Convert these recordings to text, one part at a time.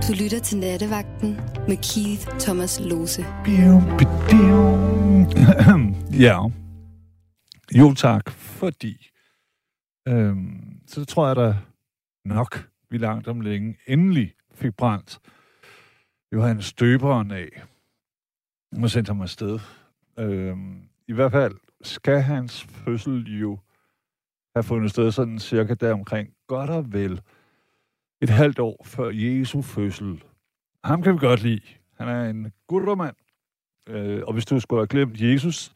Du lytter til Nattevagten med Keith Thomas Lose. Ja. Jo tak, fordi så tror jeg da nok, vi langt om længe endelig fik brændt Johannes Støberen af. Og sendte ham afsted. I hvert fald skal hans fødsel jo have fundet sted sådan cirka deromkring godt og vel et halvt år før Jesu fødsel. Ham kan vi godt lide. Han er en god mand. Og hvis du skulle have glemt Jesus,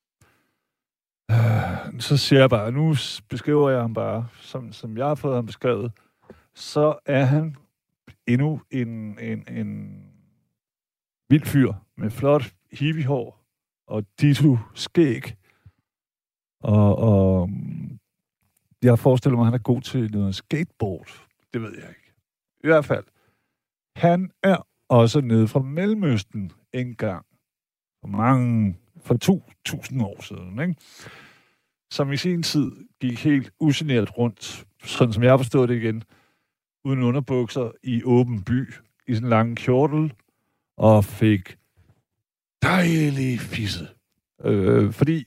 så siger jeg bare, nu beskriver jeg ham bare, som jeg har fået ham beskrevet, så er han endnu en vild fyr med flot hippiehår og ditto skæg. Og jeg forestiller mig, at han er god til noget skateboard. Det ved jeg ikke. I hvert fald, han er også nede fra Mellemøsten engang. For 2000 år siden, ikke? Som i sin tid gik helt ugenert rundt, sådan som jeg forstod det igen, uden underbukser i åben by, i sådan en lang kjortel, og fik dejlig fisse. Fordi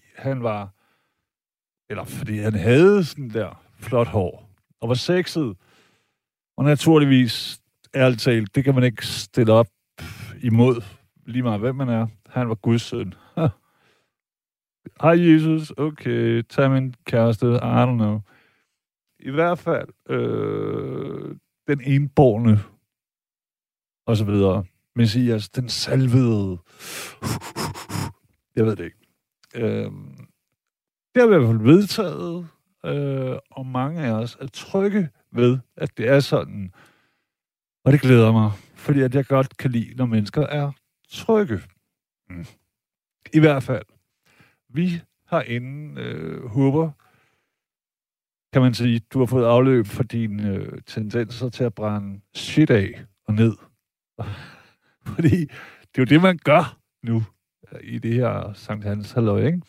han havde sådan der flot hår, og var sexet, og naturligvis, ærligt talt, det kan man ikke stille op imod, lige meget hvem man er. Han var Guds søn. Hej Jesus, okay, tag min kæreste, I don't know. I hvert fald, den enborne, og så videre. Messias, den salvede. Jeg ved det ikke. Det har vi i hvert fald vedtaget, og mange af os er trygge ved, at det er sådan. Og det glæder mig, fordi at jeg godt kan lide, når mennesker er trygge. I hvert fald. Vi herinde håber, kan man sige, du har fået afløb for dine tendenser til at brænde shit af og ned. Fordi det er jo det, man gør nu i det her Sankt Hans halløj, ikke?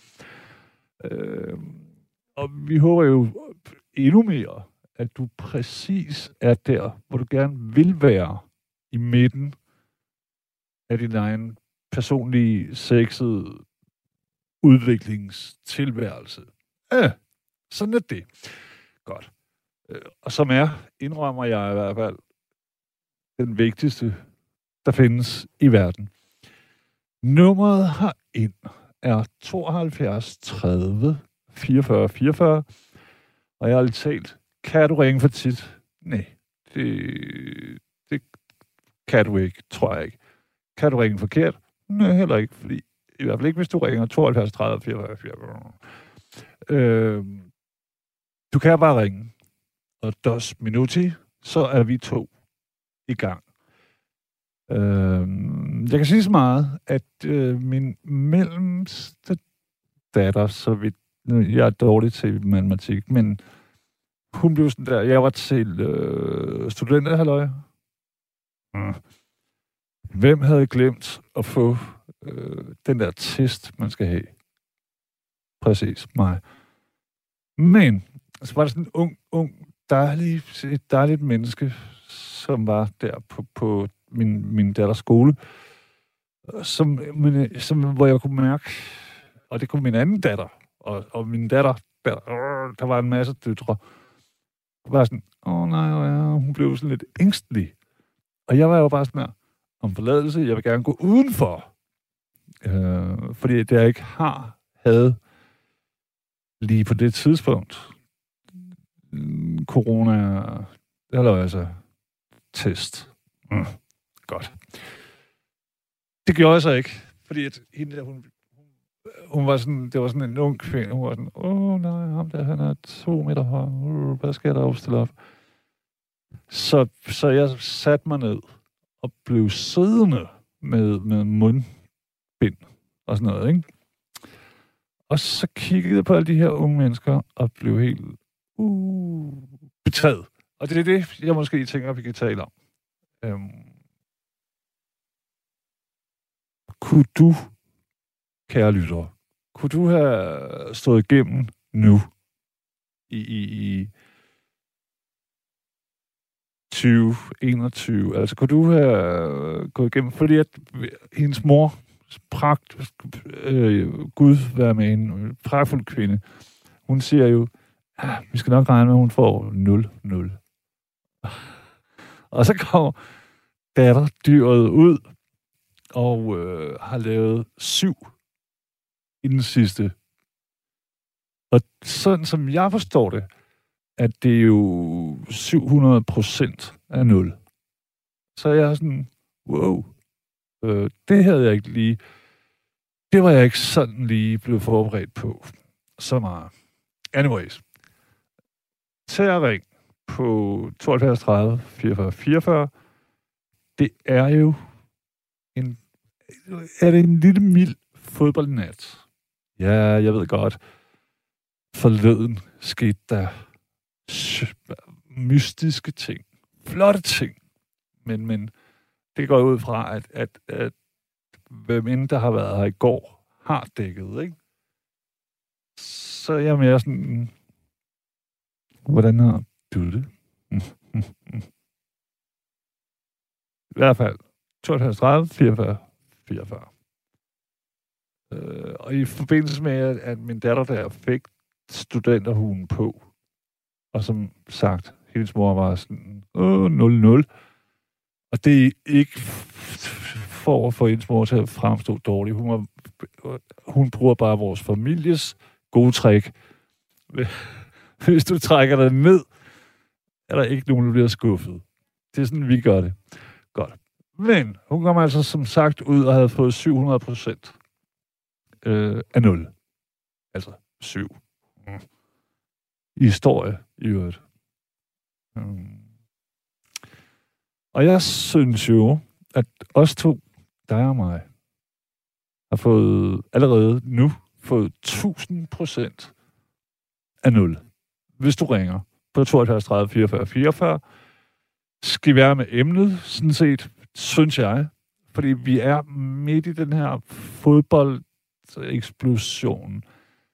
Og vi håber jo endnu mere, at du præcis er der, hvor du gerne vil være i midten af din egen personlige sexede udviklingstilværelse. Sådan er det. Godt. Og som indrømmer jeg i hvert fald, den vigtigste, der findes i verden. Nummeret herind er 72 30 44 44, og jeg har lige talt, kan du ringe for tit? Nej, det kan du ikke, tror jeg ikke. Kan du ringe forkert? Nej, heller ikke, fordi i hvert fald ikke, hvis du ringer 72 30 44 44. Du kan bare ringe, og 2 minutter, så er vi 2 i gang. Jeg kan sige så meget, at min mellemste datter, så vidt, jeg er dårlig til matematik, men hun blev sådan der, jeg var til studenterhalløj. Hvem havde glemt at få den der test, man skal have? Præcis, mig. Men så var der sådan en ung, dejligt menneske, som var der på min datters skole, som, hvor jeg kunne mærke, og det kunne min anden datter, og min datter, der var en masse døtre, var sådan, hun blev sådan lidt ængstelig. Og jeg var jo bare sådan her, om forladelse, jeg vil gerne gå udenfor. Fordi det jeg ikke havde lige på det tidspunkt, corona, eller altså test. Godt. Det gjorde jeg så ikke, fordi at hende der, hun var sådan, det var sådan en ung kvinde, hun var sådan, nej, ham der, han er 2 meter høj, hvad skal jeg da opstille op? Så jeg satte mig ned og blev siddende med mundbind og sådan noget, ikke? Og så kiggede jeg på alle de her unge mennesker og blev helt betaget. Og det er det, jeg måske tænker, vi kan tale om. Kunne du, kære lytter, kunne du have stået igennem nu i 2021. Altså, kunne du have gået igennem, fordi at hendes mor, Gud være med en pragtfuld kvinde, hun siger jo, vi skal nok regne med, at hun får 0-0. Og så kommer datterdyret ud og har lavet 7 i den sidste. Og sådan som jeg forstår det, at det er jo 700% af 0. Så jeg er sådan, wow, det havde jeg ikke lige, det var jeg ikke sådan lige blevet forberedt på så meget. Anyways, terroring på 72 30 44 44, det er jo en lille mild fodboldnat. Ja, jeg ved godt, forleden skete der mystiske ting, flotte ting, men det går ud fra, at hvem end der har været her i går, har dækket, ikke? Så jeg er mere sådan, hvordan har du det? I hvert fald 52, 30, 44, 44. Og i forbindelse med, at min datter der fik studenterhuen på, og som sagt, hendes mor var sådan, 0-0. Og det er ikke for at få hendes mor til at fremstå dårligt. Hun bruger bare vores families gode trick. Hvis du trækker dig ned, er der ikke nogen, der bliver skuffet. Det er sådan, vi gør det. Godt. Men hun kom altså som sagt ud og havde fået 700% af 0. Altså 7. I historie, i øvrigt. Og jeg synes jo, at os to, dig og mig, har allerede nu fået 1000% af 0. Hvis du ringer på 72 30 44 44, skal være med emnet, sådan set, synes jeg. Fordi vi er midt i den her fodboldeksplosion.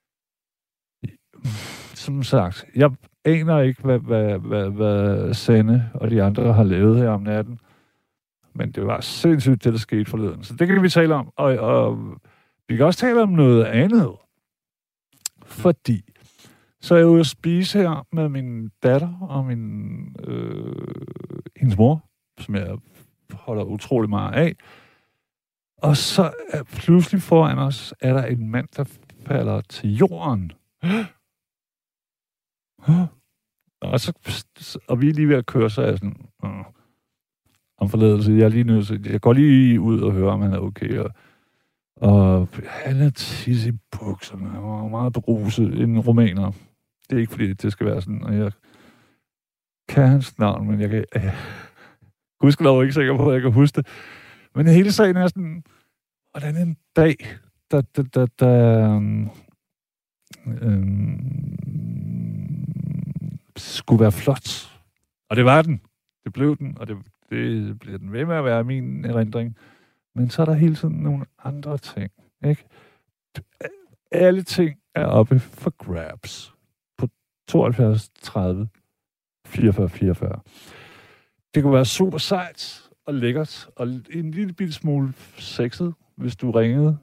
Som sagt, jeg aner ikke, hvad Sanne og de andre har lavet her om natten. Men det var sindssygt, det der skete forleden. Så det kan vi tale om. Og vi kan også tale om noget andet. Fordi så er jeg ude at spise her med min datter og hendes mor, som jeg holder utrolig meget af. Og så pludselig foran os er der en mand, der falder til jorden. Og vi er lige ved at køre, så er jeg sådan, om forladelse. Jeg går lige ud og hører, om han er okay. Og han er tisse i bukserne. Han var meget beruset. En romaner. Det er ikke, fordi det skal være sådan. Og jeg kan hans navn, men jeg kan... Gudskelov ikke sikker på, at jeg kan huske det. Men hele sagen er sådan, hvordan en dag, der skulle være flot. Og det var den. Det blev den, og det bliver den ved med at være min erindring. Men så er der hele tiden nogle andre ting, ikke? Alle ting er oppe for grabs. På 72, 30, 44, 44. Det kunne være super sejt og lækkert, og en lille bitte smule sexet, hvis du ringede.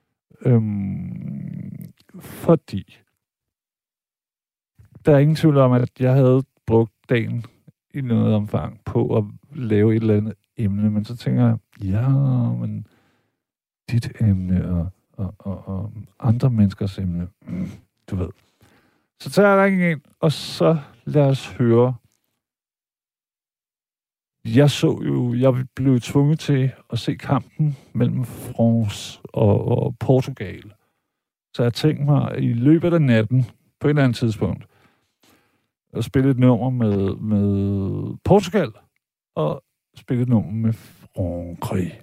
Fordi der er ingen tvivl om, at jeg havde brugt dagen i noget omfang på at lave et eller andet emne, men så tænker jeg, ja, men dit emne og andre menneskers emne, du ved. Så tager jeg ringen ind, og så lad os høre. Jeg blev tvunget til at se kampen mellem France og Portugal. Så jeg tænkte mig i løbet af natten, på et eller andet tidspunkt, at spille et nummer med Portugal, og spille et nummer med Frankrig.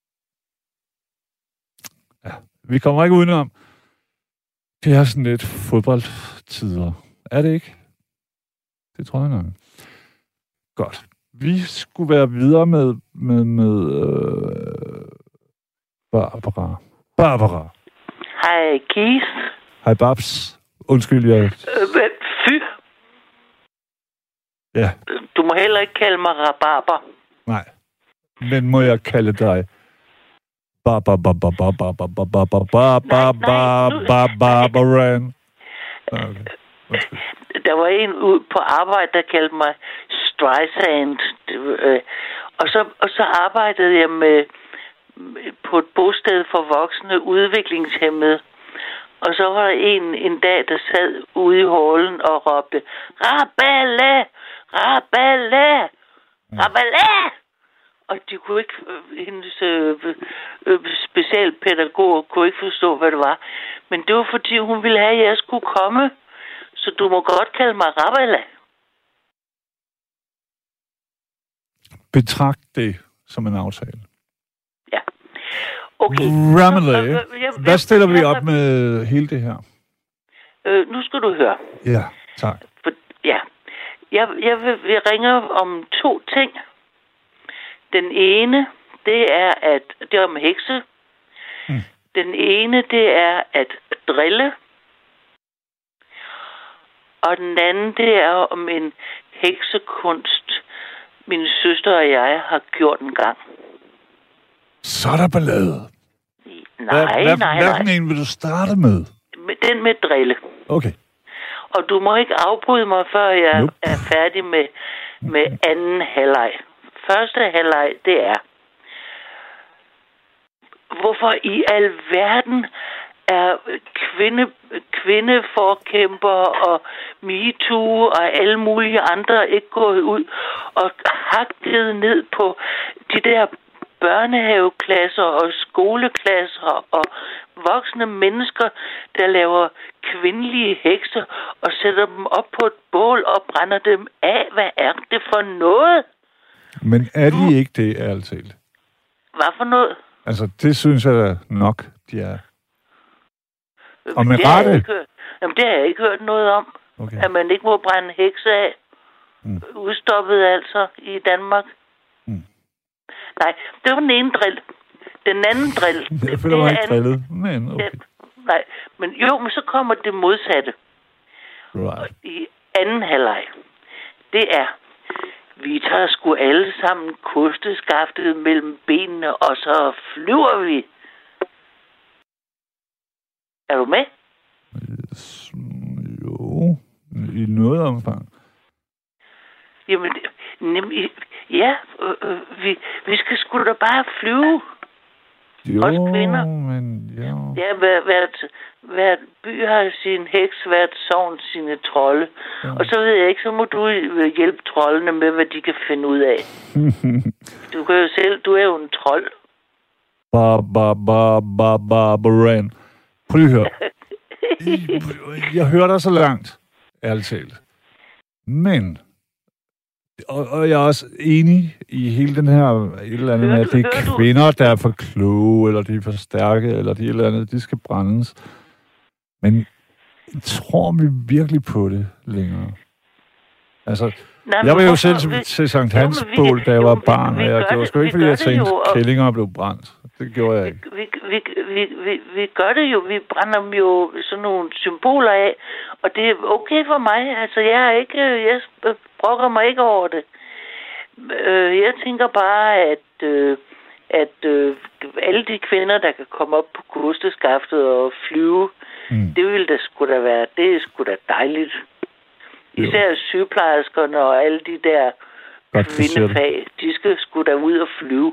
Ja, vi kommer ikke udenom. Det er sådan lidt fodboldtider. Er det ikke? Det tror jeg nok. Godt. Vi skulle være videre med Barbara. Barbara. Hej, Keith. Hej, Babs. Undskyld, jeg... Fy. Ja. Du må heller ikke kalde mig rabarber. Nej. Men må jeg kalde dig Barbaran? Okay. Der var en ude på arbejde, der kaldte mig Streisand. Og så arbejdede jeg på et bosted for voksne udviklingshæmmede. Og så var der en dag, der sad ude i hallen og råbte, Raballe! Raballe! Raballe! Og de kunne ikke, hendes specialpædagoger kunne ikke forstå, hvad det var. Men det var fordi, hun ville have, at jeg skulle komme. Så du må godt kalde mig Raballe. Betragt det som en aftale. Ja. Okay. Ramallah. Hvad stiller vi op med hele det her? Nu skal du høre. Ja, tak. Jeg ringer om 2 ting. Den ene, det er om hekse. Den ene, det er at drille. Og den anden, det er om en heksekunst, min søster og jeg har gjort en gang. Så er der ballade. Nej. Hvilken en vil du starte med? Den med drille. Okay. Og du må ikke afbryde mig, før jeg er færdig med anden halvleg. Første halvleg, det er, hvorfor i alverden er kvindeforkæmper og MeToo og alle mulige andre ikke gået ud og hakket ned på de der børnehaveklasser og skoleklasser og voksne mennesker, der laver kvindelige hekser og sætter dem op på et bål og brænder dem af. Hvad er det for noget? Men er de ikke det, ærligt talt? Hvad for noget? Altså, det synes jeg da nok, de er. Og med rette? Jamen, det har jeg ikke hørt noget om. Okay. At man ikke må brænde hekse af. Udstoppet altså i Danmark. Nej, det var den ene drill. Den anden drill... Jeg føler mig ikke drillet, men okay. Nej, men så kommer det modsatte. Right. I anden halvleg. Det er, vi tager sgu alle sammen kosteskaftet mellem benene, og så flyver vi. Er du med? Jo, i noget omfang. Jamen, ja, vi skal sgu da bare flyve. Jo, også kvinder. Men jo. Ja, hvert by har sin heks, hvert sogn sine trolde. Ja. Og så ved jeg ikke, så må du hjælpe troldene med, hvad de kan finde ud af. Du kan jo selv, du er jo en trold. Barbaran. Prøv lige at høre. Jeg hører dig så langt, ærligt talt. Men, og jeg er også enig i hele den her, et eller andet med, at det er kvinder, der er for kloge, eller de er for stærke, eller de et eller andet, de skal brændes. Men tror vi virkelig på det længere? Altså, jeg var jo selv til Sankt Hans bål, da jeg var barn, og det var sgu ikke, fordi jeg tænkte, kællinger blev brændt. Det gjorde jeg ikke. Vi gør det jo. Vi brænder dem jo sådan nogle symboler af, og det er okay for mig. Altså, jeg brokker mig ikke over det. Jeg tænker bare, at alle de kvinder, der kan komme op på kosteskaftet og flyve, det vil da sgu da være. Det er sgu da dejligt. Især sygeplejerskerne og alle de der kvindefag, de skal sgu da ud og flyve.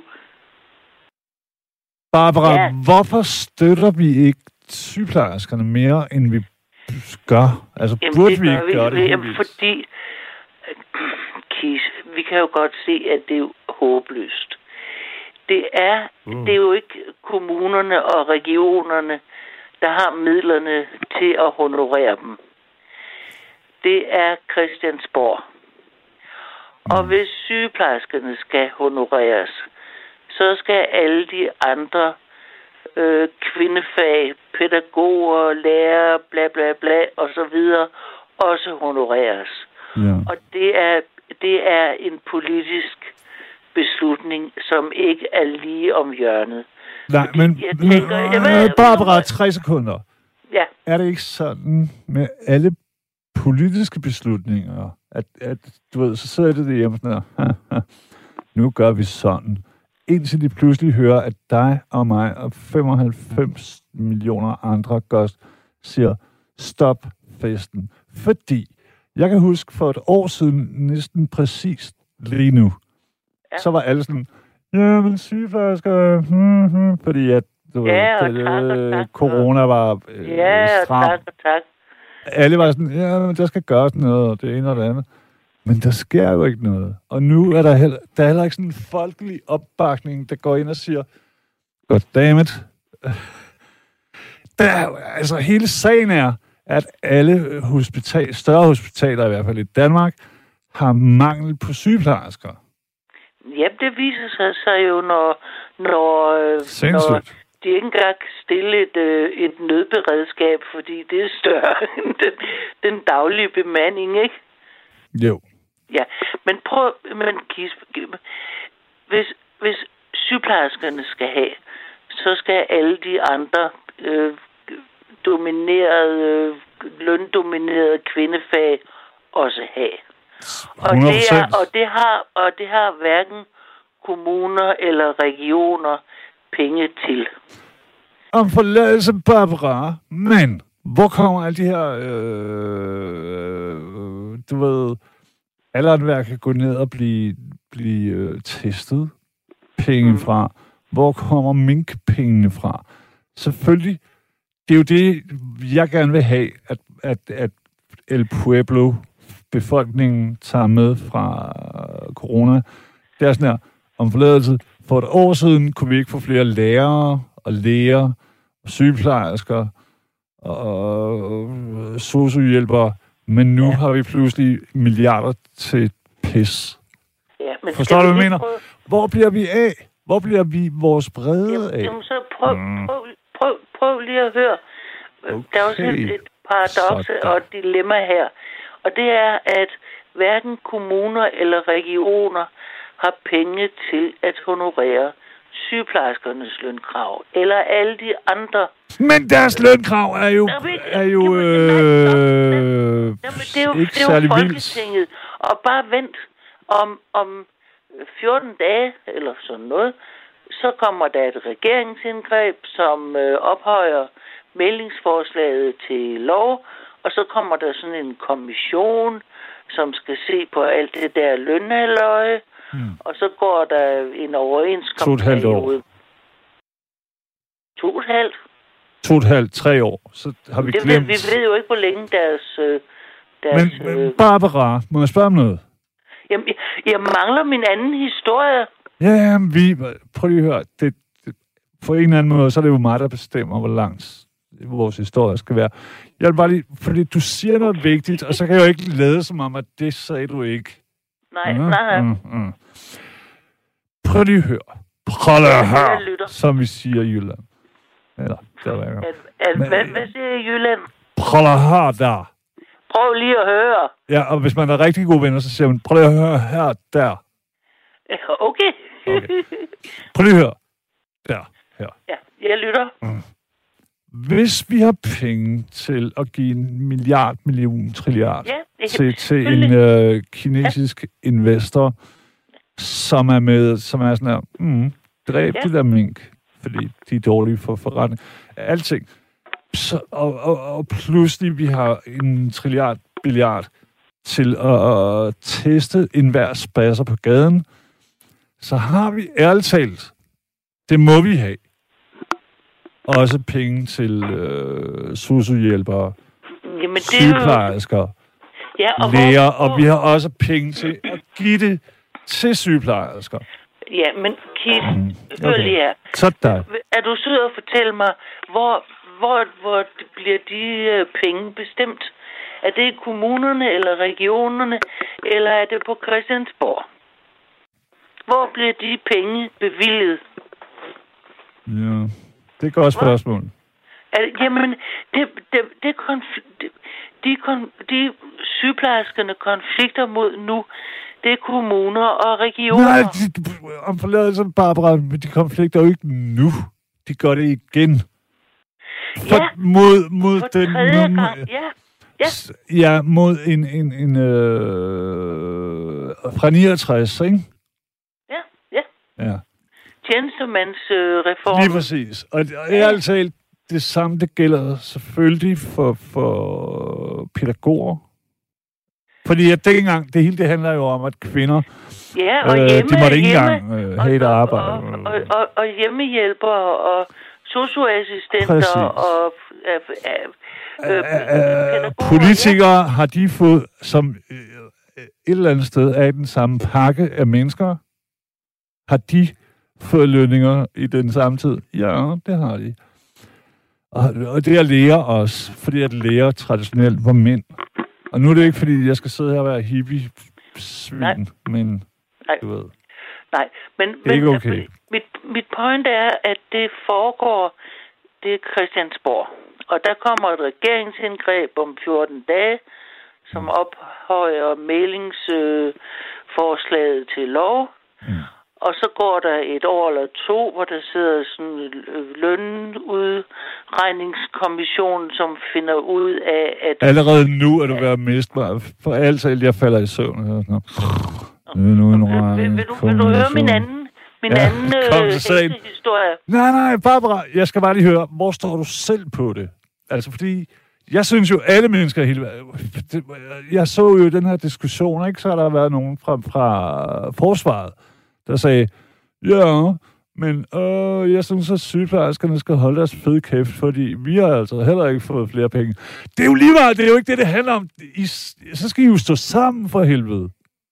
Barbara, hvorfor støtter vi ikke sygeplejerskerne mere, end vi gør? Altså, burde vi ikke gøre det? Jamen, fordi, Kis, vi kan jo godt se, at det er håbløst. Det er jo ikke kommunerne og regionerne, der har midlerne til at honorere dem. Det er Christiansborg. Og hvis sygeplejerskerne skal honoreres, så skal alle de andre kvindefag, pædagoger, lærere, bla bla bla, og så videre, også honoreres. Ja. Og det er en politisk beslutning, som ikke er lige om hjørnet. Nej, men Barbara, 3 sekunder. Ja. Er det ikke sådan med alle politiske beslutninger, at du ved, så sidder det hjemme sådan her. Nu gør vi sådan. Indtil de pludselig hører, at dig og mig og 95 millioner andre siger, stop festen. Fordi, jeg kan huske for et år siden, næsten præcis lige nu, så var alle sådan, men sygeplejersker, fordi at corona var stram. Tak. Alle var sådan, men der skal gøres noget, og det ene og det andet. Men der sker jo ikke noget. Og nu er der heller ikke sådan en folkelig opbakning, der går ind og siger, goddammit. Altså, hele sagen er, at alle større hospitaler, i hvert fald i Danmark, har mangel på sygeplejersker. Jamen, det viser sig jo, når de ikke engang kan stille et nødberedskab, fordi det er større end den daglige bemanding, ikke? Jo. Ja, men hvis sygeplejerskerne skal have, så skal alle de andre løndominerede kvindefag også have. 100%. Og det har hverken kommuner eller regioner penge til. Om forladelse, Barbara, men hvor kommer alle de her, du ved, alle kan gå ned og blive testet penge fra. Hvor kommer minkpengene fra? Selvfølgelig, det er jo det, jeg gerne vil have, at El Pueblo, befolkningen, tager med fra corona. Det er sådan her, om forladelse. For et år siden kunne vi ikke få flere lærere og læger og sygeplejersker og sosu-hjælpere, men nu har vi pludselig milliarder til pis. Ja, men forstår du, hvad jeg mener? Hvor bliver vi af? Hvor bliver vi vores brede af? Jamen, så prøv lige at høre. Okay. Der er også et paradoks og et dilemma her. Og det er, at hverken kommuner eller regioner har penge til at honorere sygeplejerskernes lønkrav, eller alle de andre. Men deres lønkrav er jo ikke særlig Folketinget. Og bare vent om 14 dage, eller sådan noget, så kommer der et regeringsindgreb, som ophøjer meldingsforslaget til lov, og så kommer der sådan en kommission, som skal se på alt det der lønhalløje, og så går der en overenskomstperiode. 2,5? 3 år. Så har vi glemt. Vi ved jo ikke, hvor længe deres men Barbara, må jeg spørge om noget? Jamen, jeg mangler min anden historie. Ja, prøv lige at høre. Det, på en eller anden måde, så er det jo mig, der bestemmer, hvor langt vores historie skal være. Jeg vil bare lige, fordi du siger noget vigtigt, og så kan jeg jo ikke lade som om, at det sagde du ikke. Nej. Prøv lige at høre. Prøv lige at høre, som vi siger i Jylland. Eller, der var jeg. Hvad siger I i Jylland? Prøv lige at høre der. Prøv lige at høre. Ja, og hvis man er rigtig gode venner, så siger man, prøv lige at høre her, der. Okay. Prøv lige at høre. Der, her. Ja, jeg lytter. Hvis vi har penge til at give 1 trilliard til en kinesisk investor, som er sådan her, dræb de der mink, fordi de er dårlige for forretning. Alting. Så, og pludselig vi har 1 billiard til at teste enhver spasser på gaden, så har vi ærligt talt, det må vi have, også penge til sosu-hjælpere, sygeplejersker, læger, og vi har også penge til at give det til sygeplejersker. Ja, men Keith, hør lige her. Sådan. Er du sød at fortælle mig, hvor bliver de penge bestemt? Er det i kommunerne eller regionerne, eller er det på Christiansborg? Hvor bliver de penge bevilget? Ja, det er et godt spørgsmål. Jamen, de sygeplejerskerne konflikter mod nu, det er kommuner og regioner. Nej, om forladelse, Barbara, men de konflikter jo ikke nu. De gør det igen. Ja, mod den tredje gang, ja. Ja. Ja, mod en fra 69, ikke? Ja. Tjenestemandsreform. Lige præcis. Og ærligt talt, det samme, det gælder selvfølgelig for pædagoger. Fordi at dengang, det hele det handler jo om, at kvinder, og hjemme, de måtte ikke engang have et arbejde. Og hjemmehjælpere og socioassistenter og politikere har de fået, som et eller andet sted er i den samme pakke af mennesker, har de fået lønninger i den samme tid? Ja, det har de. Og det er læger også, fordi at læger traditionelt var mænd. Og nu er det ikke, fordi jeg skal sidde her og være hippie-svin, men du ved. Nej, men det er ikke okay. Mit point er, at det foregår, det er Christiansborg. Og der kommer et regeringsindgreb om 14 dage, som ophøjer mailingsforslaget til lov. Og så går der et år eller to, hvor der sidder sådan en lønudregningskommission, som finder ud af, at... Allerede nu er du ved at miste mig. For altid, jeg falder i søvn. Vil du høre min anden historie? Nej, Barbara, jeg skal bare lige høre, hvor står du selv på det? Altså, fordi jeg synes jo, alle mennesker hele verden... Jeg så jo den her diskussion, ikke? Så har der været nogen fra forsvaret, der sagde, ja, men jeg synes, at sygeplejerskerne skal holde deres fede kæft, fordi vi har altså heller ikke fået flere penge. Det er jo lige meget, det er jo ikke det handler om. Så skal I jo stå sammen for helvede.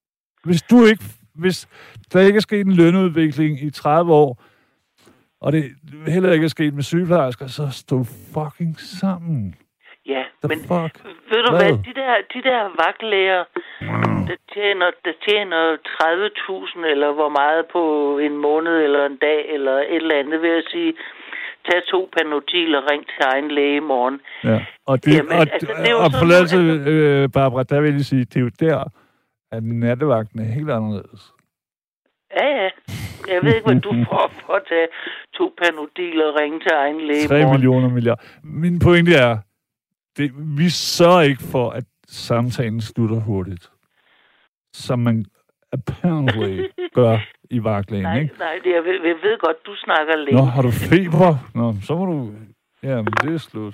Hvis der ikke er sket en lønudvikling i 30 år, og det heller ikke er sket med sygeplejersker, så stå fucking sammen. Ja, men ved du hvad, de der vagtlæger, der tjener 30.000 eller hvor meget på en måned eller en dag eller et eller andet, vil jeg sige, tag 2 Panodil og ring til egen læge i morgen. Ja, og det og forladelse, Barbara, der vil jeg sige, det er jo der, at nattevagten er helt anderledes. Ja. Jeg ved ikke, hvad du får for at tage 2 Panodil og ringe til egen læge i morgen. 3 millioner milliarder. Min pointe er, vi sørger ikke for, at samtalen slutter hurtigt. Som man apparently gør i vagtlægen, ikke? Nej, jeg ved godt, du snakker længe. Nå, har du feber? Nå, så må du... Ja, men det er slut.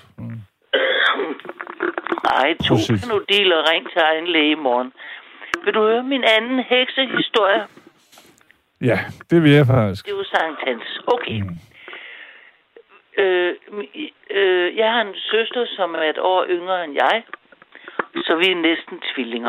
Nej, 2 Panodil og ring til egen læge i morgen. Vil du høre min anden heksehistorie? Ja, det vil jeg faktisk. Det er jo Sankt Hans. Okay. Jeg har en søster, som er et år yngre end jeg, så vi er næsten tvillinger.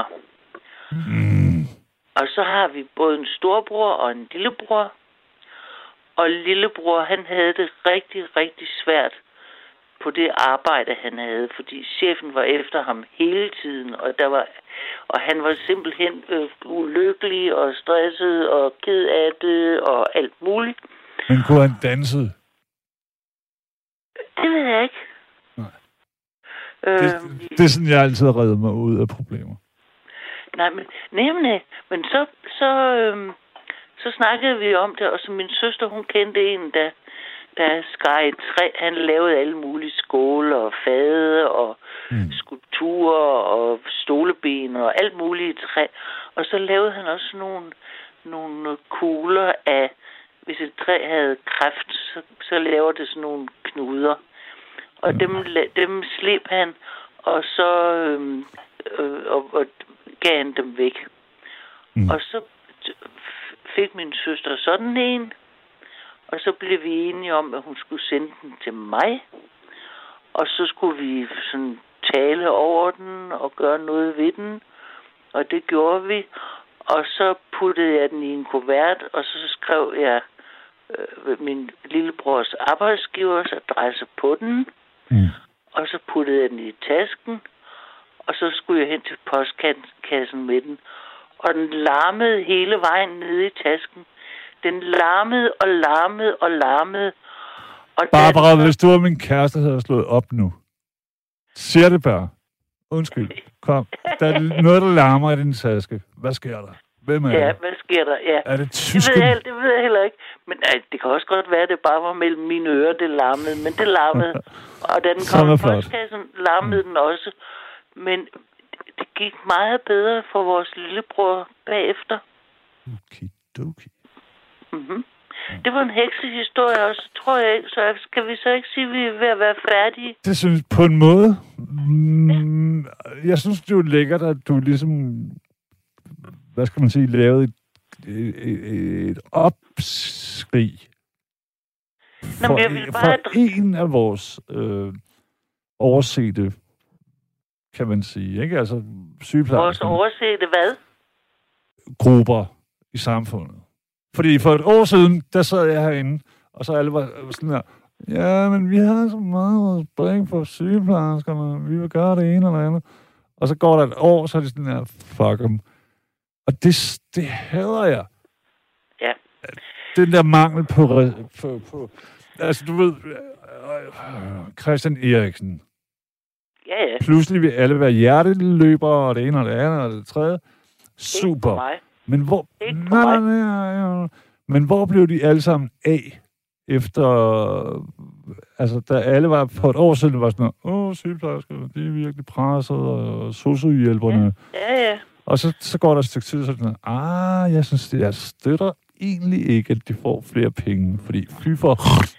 Og så har vi både en storbror og en lillebror. Og lillebror, han havde det rigtig, rigtig svært på det arbejde, han havde, fordi chefen var efter ham hele tiden, og han var simpelthen ulykkelig og stresset og ked af det og alt muligt. Men kunne han danse? Det ved jeg ikke. Nej. Det er sådan, jeg altid har reddet mig ud af problemer. Nej, men så snakkede vi om det, og så min søster, hun kendte en, der skar et træ. Han lavede alle mulige skåle og fade og skulpturer og stoleben og alt muligt træ. Og så lavede han også nogle kugler af, hvis et træ havde kræft, så laver det sådan nogle knuder. Og dem sleb han, og så og gav han dem væk. Og så fik min søster sådan en, og så blev vi enige om, at hun skulle sende den til mig. Og så skulle vi sådan tale over den og gøre noget ved den. Og det gjorde vi. Og så puttede jeg den i en kuvert, og så skrev jeg min lillebrors arbejdsgivers adresse på den. Og så puttede jeg den i tasken. Og så skulle jeg hen til postkassen med den. Og den larmede hele vejen nede i tasken. Den larmede og larmede og larmede. Og Barbara, hvis du og min kæreste havde slået op nu. Siger det bare. Undskyld. Kom. Der er noget, der larmer i din taske. Hvad sker der? Hvem er det? Ja, hvad sker der? Ja. Er det tysken? Det ved jeg heller ikke. Men det kan også godt være, at det bare var mellem mine ører, det larmede. Men det larmede. Og da den kom i postkassen, larmede den også. Men det gik meget bedre for vores lillebror bagefter. Okidoki. Mm-hmm. Det var en heksehistorie også, tror jeg ikke. Så skal vi så ikke sige, at vi er ved at være færdige? Det synes på en måde. Jeg synes, det er lækkert, at du ligesom, hvad skal man sige, lavede et opskrig for en af vores oversete, kan man sige, ikke? Altså sygeplejersker. Vores oversete hvad? Grupper i samfundet. Fordi for et år siden, der sad jeg herinde, og så alle var sådan her, ja, men vi har så meget respekt for sygeplejerskerne, vi vil gøre det ene eller andet. Og så går der et år, så er det sådan her, fuck dem. Og det hader jeg. Ja. Den der mangel på altså du ved, Christian Eriksen. Ja. Pludselig vil alle være hjerteløbere, og det ene og det andet og det tredje. Super. Ikke mig. Men hvor... Nej. Men hvor blev de alle sammen af efter... Altså, da alle var på et år siden, var sådan noget, sygeplejersker, de er virkelig presset, og sosu-hjælperne. Ja. Og så går der et stykke tid, så sådan noget, jeg synes, jeg støtter egentlig ikke, at de får flere penge, fordi fy for...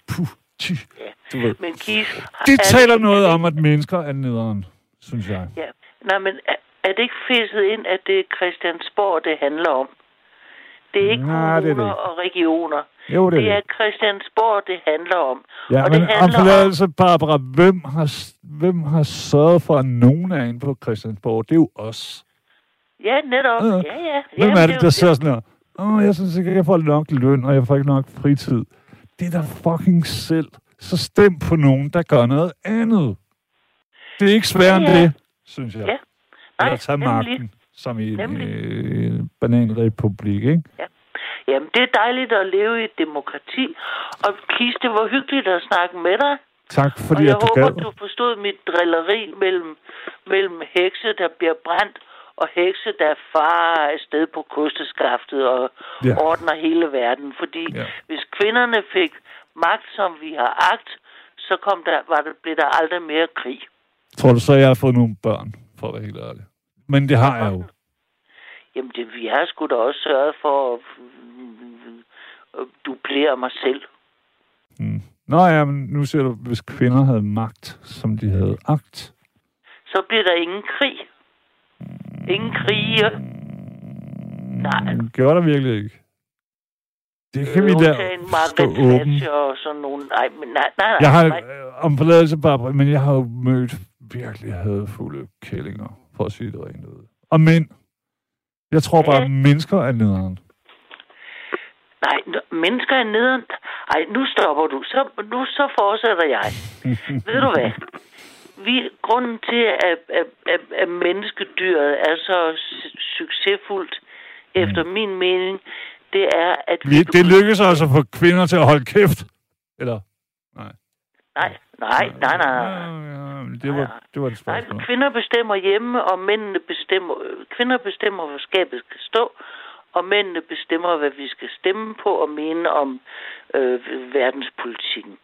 Du ved. Men Keith... Det taler noget om, at mennesker er nederen, synes jeg. Ja. Nej, men er det ikke fæsset ind, at det er Christiansborg, det handler om? Det er ikke kommuner og regioner. Jo, det er Christiansborg, det handler om. Ja, og men det handler om forladelse, Barbara, hvem har sørget for, at nogen er inde på Christiansborg? Det er jo os. Ja, netop. Ja. Hvem er det, der ser sådan her? Jeg synes ikke, jeg får nok løn, og jeg får ikke nok fritid. Det er da fucking selv. Så stem på nogen, der gør noget andet. Det er ikke sværere end det, synes jeg. Ja. Nej, eller tage magten, som i en bananrepublik, ikke? Ja. Jamen, det er dejligt at leve i et demokrati. Og Kis, det var hyggeligt at snakke med dig. Tak, fordi jeg du gad. håber, du forstod mit drilleri mellem hekse, der bliver brændt, og hekse, der farer afsted på kosteskaftet og ordner hele verden. Fordi hvis kvinderne fik magt, som vi har agt, så blev der aldrig mere krig. Tror du så, jeg har fået nogle børn, for at være helt ærlig? Men det har jeg jo. Jamen, vi har sgu da også sørget for at duplere mig selv. Nå ja, men nu siger du, hvis kvinder havde magt, som de havde agt. Så bliver der ingen krig. Ingen krige. Nej. Gjorde der virkelig ikke? Det kan vi da stå åben. Og sådan nogle... Nej. Jeg har om forladelse, Barbara, men jeg har jo mødt virkelig hadfulde kællinger, for at sige det rent ud. Og mænd. Jeg tror bare, at mennesker er nederen. Nej, mennesker er nederen. Ej, nu stopper du. Så fortsætter jeg. Ved du hvad? Grunden til, at menneskedyret er så succesfuldt, efter min mening, det er, at... Det lykkes altså at få kvinder til at holde kæft. Eller? Nej. Nej. Det var det spørgsmål. Nej, kvinder bestemmer hjemme, og mændene bestemmer... Kvinder bestemmer, hvor skabet skal stå, og mændene bestemmer, hvad vi skal stemme på og mene om verdenspolitikken.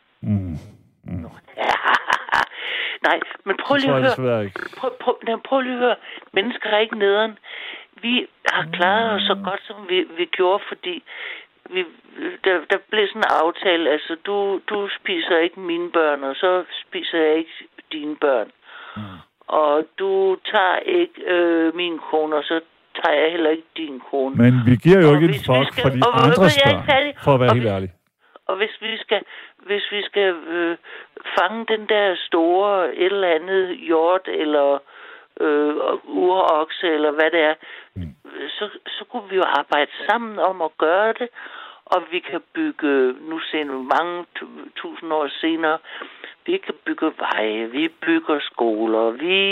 Nej, men prøv lige at høre. Prøv lige at høre. Mennesker er ikke nederen. Vi har klaret os så godt, som vi gjorde, fordi der blev sådan en aftale. Altså, du spiser ikke mine børn, og så spiser jeg ikke dine børn. Og du tager ikke min kone, og så tager jeg heller ikke din kone. Men vi giver jo ikke en fuck for de andres børn, for at være helt ærlig. Og hvis vi skal fange den der store et eller andet hjort eller urokse eller hvad det er, så kunne vi jo arbejde sammen om at gøre det, og vi kan bygge, nu ser mange tusind år senere, vi kan bygge veje, vi bygger skoler,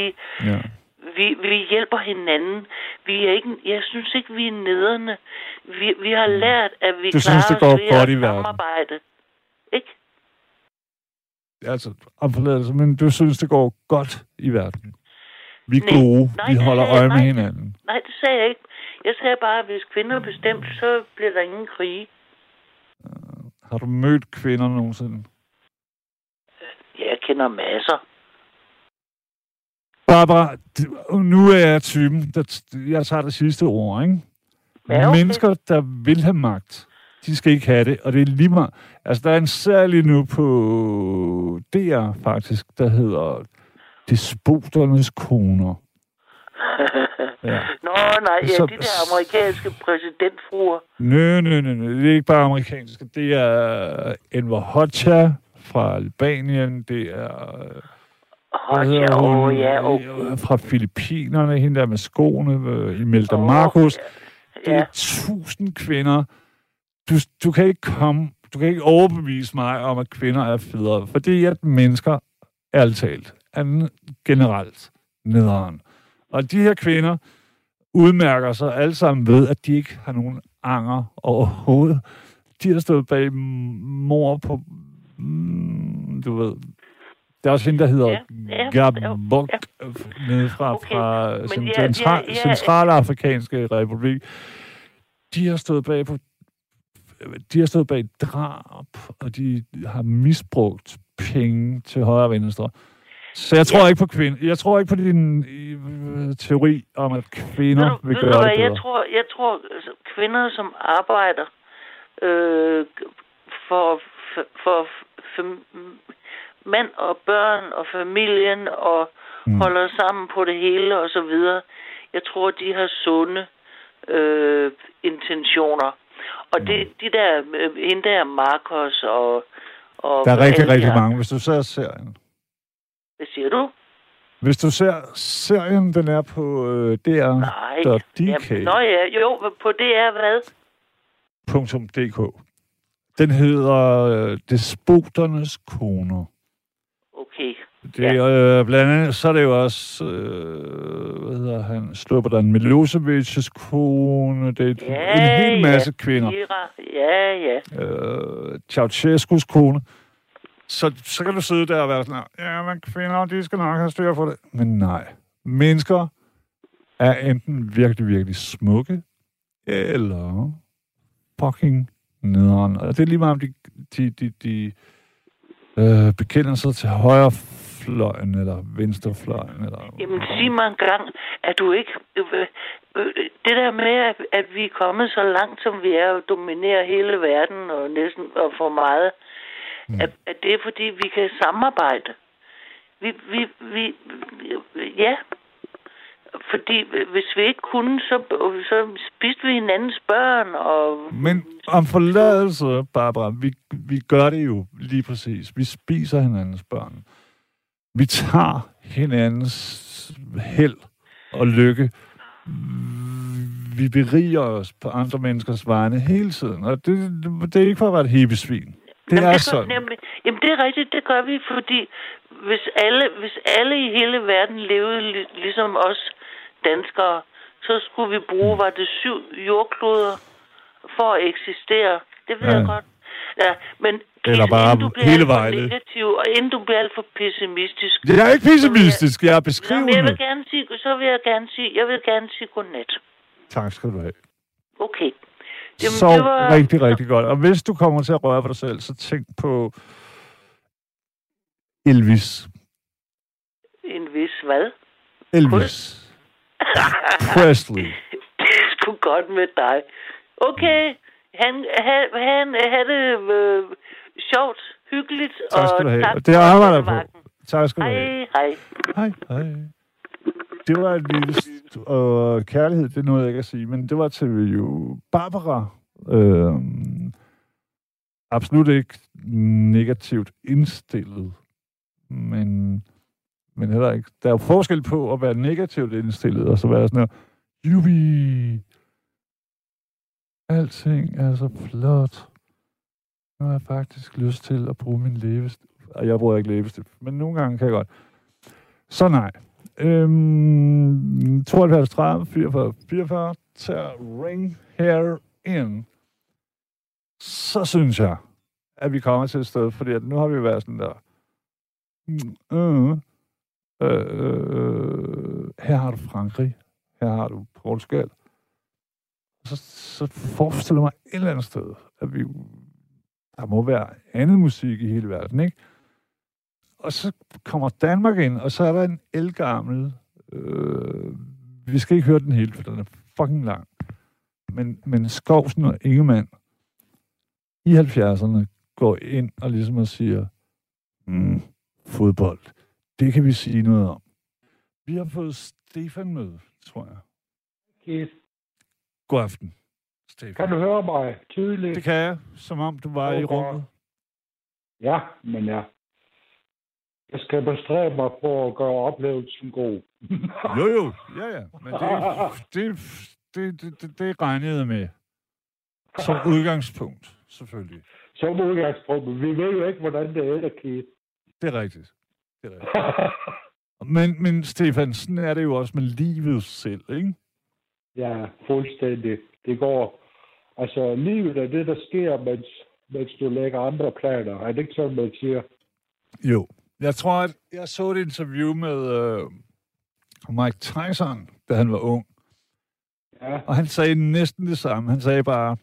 vi hjælper hinanden. Jeg synes ikke, vi er nederne. Vi har lært, at vi klarer os ved at samarbejde. Ikke? Altså, men du synes, det går godt i verden? Vi er gode. Vi holder øje med hinanden. Nej, det sagde jeg ikke. Jeg sagde bare, at hvis kvinder er bestemt, så bliver der ingen krige. Har du mødt kvinder nogensinde? Ja, jeg kender masser. Barbara, nu er jeg typen, jeg tager det sidste ord, ikke? Ja, okay. Mennesker, der vil have magt, de skal ikke have det, og det er lige meget. Altså, der er en særlig nu på DR, faktisk, der hedder Despoternes koner. Ja. Nå, nej, ja, så, de der amerikanske præsidentfruer. Nej, det er ikke bare amerikanske. Det er Enver Hoxha fra Albanien, det er... fra Filippinerne, hende der med skoene, Imelda Marcos. Det er 1000 kvinder. Du kan ikke overbevise mig om, at kvinder er federe, fordi at mennesker er talt generelt nederen. Og de her kvinder udmærker sig alle sammen ved, at de ikke har nogen anger overhovedet. De har stået bag mor på... du ved... Der er også hende, der hedder Gabok, nede fra Centralafrikanske Republik. De har stået bag drab, og de har misbrugt penge til højre og venstre. Så jeg tror ikke på kvinder. Jeg tror ikke på din teori om, at kvinder vil gøre det bedre. Jeg tror kvinder, som arbejder for mand og børn og familien og holder sammen på det hele og så videre. Jeg tror, de har sunde intentioner. Og de der, hende der Marcos og der er rigtig mange. Hvis du ser serien. Hvad siger du? Hvis du ser serien, den er på DR.dk. På DR hvad? .dk. Den hedder Despoternes koner. Okay. Det er blandt andet, så er det jo også, hvad hedder han, Slobodan Milosevic's kone, det er en hel masse kvinder. Ceausescus kone. Så kan du sidde der og være sådan, ja, men kvinder, de skal nok have styr på det. Men nej. Mennesker er enten virkelig, virkelig smukke, eller fucking nederen. Og det er lige meget, om de bekender sig til højrefløjen, eller venstrefløjen, eller... Jamen, sig mig en gang, at du ikke... det der med, at vi er kommet så langt, som vi er, og dominerer hele verden, og næsten og for meget... At det er, fordi vi kan samarbejde. Ja. Fordi hvis vi ikke kunne, så spiste vi hinandens børn. Men om forladelse, Barbara, vi gør det jo lige præcis. Vi spiser hinandens børn. Vi tager hinandens held og lykke. Vi beriger os på andre menneskers vegne hele tiden. Og det er ikke for at være et hippesvin. Det er sådan. Jamen, det er rigtigt, det gør vi, fordi hvis alle i hele verden levede ligesom os danskere, så skulle vi bruge, var det 7 jordkloder for at eksistere. Det ved jeg godt. Ja, men eller bare hele vejen. Negativ, og inden du bliver alt for pessimistisk. Jeg er ikke pessimistisk, jeg er beskrivende. Jeg vil gerne sige godnat. Tak skal du have. Okay. Jamen, så rigtig, rigtig godt. Og hvis du kommer til at røre på dig selv, så tænk på Elvis. Elvis hvad? Elvis. Presley. Det er sgu godt med dig. Okay. Han havde det sjovt, hyggeligt. Tak skal du have. Og det arbejder på. Tak skal du have. Hej. Det var et lille... Og kærlighed, det er noget, jeg ikke kan sige, men det var til jo Barbara. Absolut ikke negativt indstillet, men heller ikke. Der er jo forskel på at være negativt indstillet, og så være sådan her, jubi, alting er så flot. Nu har jeg faktisk lyst til at bruge min læbestift. Jeg bruger ikke læbestift, men nogle gange kan jeg godt. Så nej. 72, 30, 44, 44 til ring her ind. Så synes jeg, at vi kommer til et sted, fordi at nu har vi været sådan der. Her har du Frankrig. Her har du Portugal. Så forestiller mig et eller andet sted, at der må være andet musik i hele verden, ikke? Og så kommer Danmark ind, og så er der en ældgammel Vi skal ikke høre den hele, for den er fucking lang. Men Skovsen og Ingemann i 70'erne går ind og ligesom siger, fodbold, det kan vi sige noget om. Vi har fået Stefan med, tror jeg. Keith. God aften, Stefan. Kan du høre mig tydeligt? Det kan jeg, som om du var i rummet. Ja, men ja. Jeg skal bestræbe mig på at gøre oplevelsen god. Jo, ja. Men det regnede jeg med. Som udgangspunkt, selvfølgelig. Som udgangspunkt. Vi ved jo ikke, hvordan det ender, Keith. Det er rigtigt. Men Stefan, sådan er det jo også med livet selv, ikke? Ja, fuldstændig. Det går. Altså, livet er det, der sker, mens du lægger andre planer. Er det ikke sådan, man siger? Jo. Jeg tror, at jeg så et interview med Mike Tyson, da han var ung. Ja. Og han sagde næsten det samme. Han sagde bare,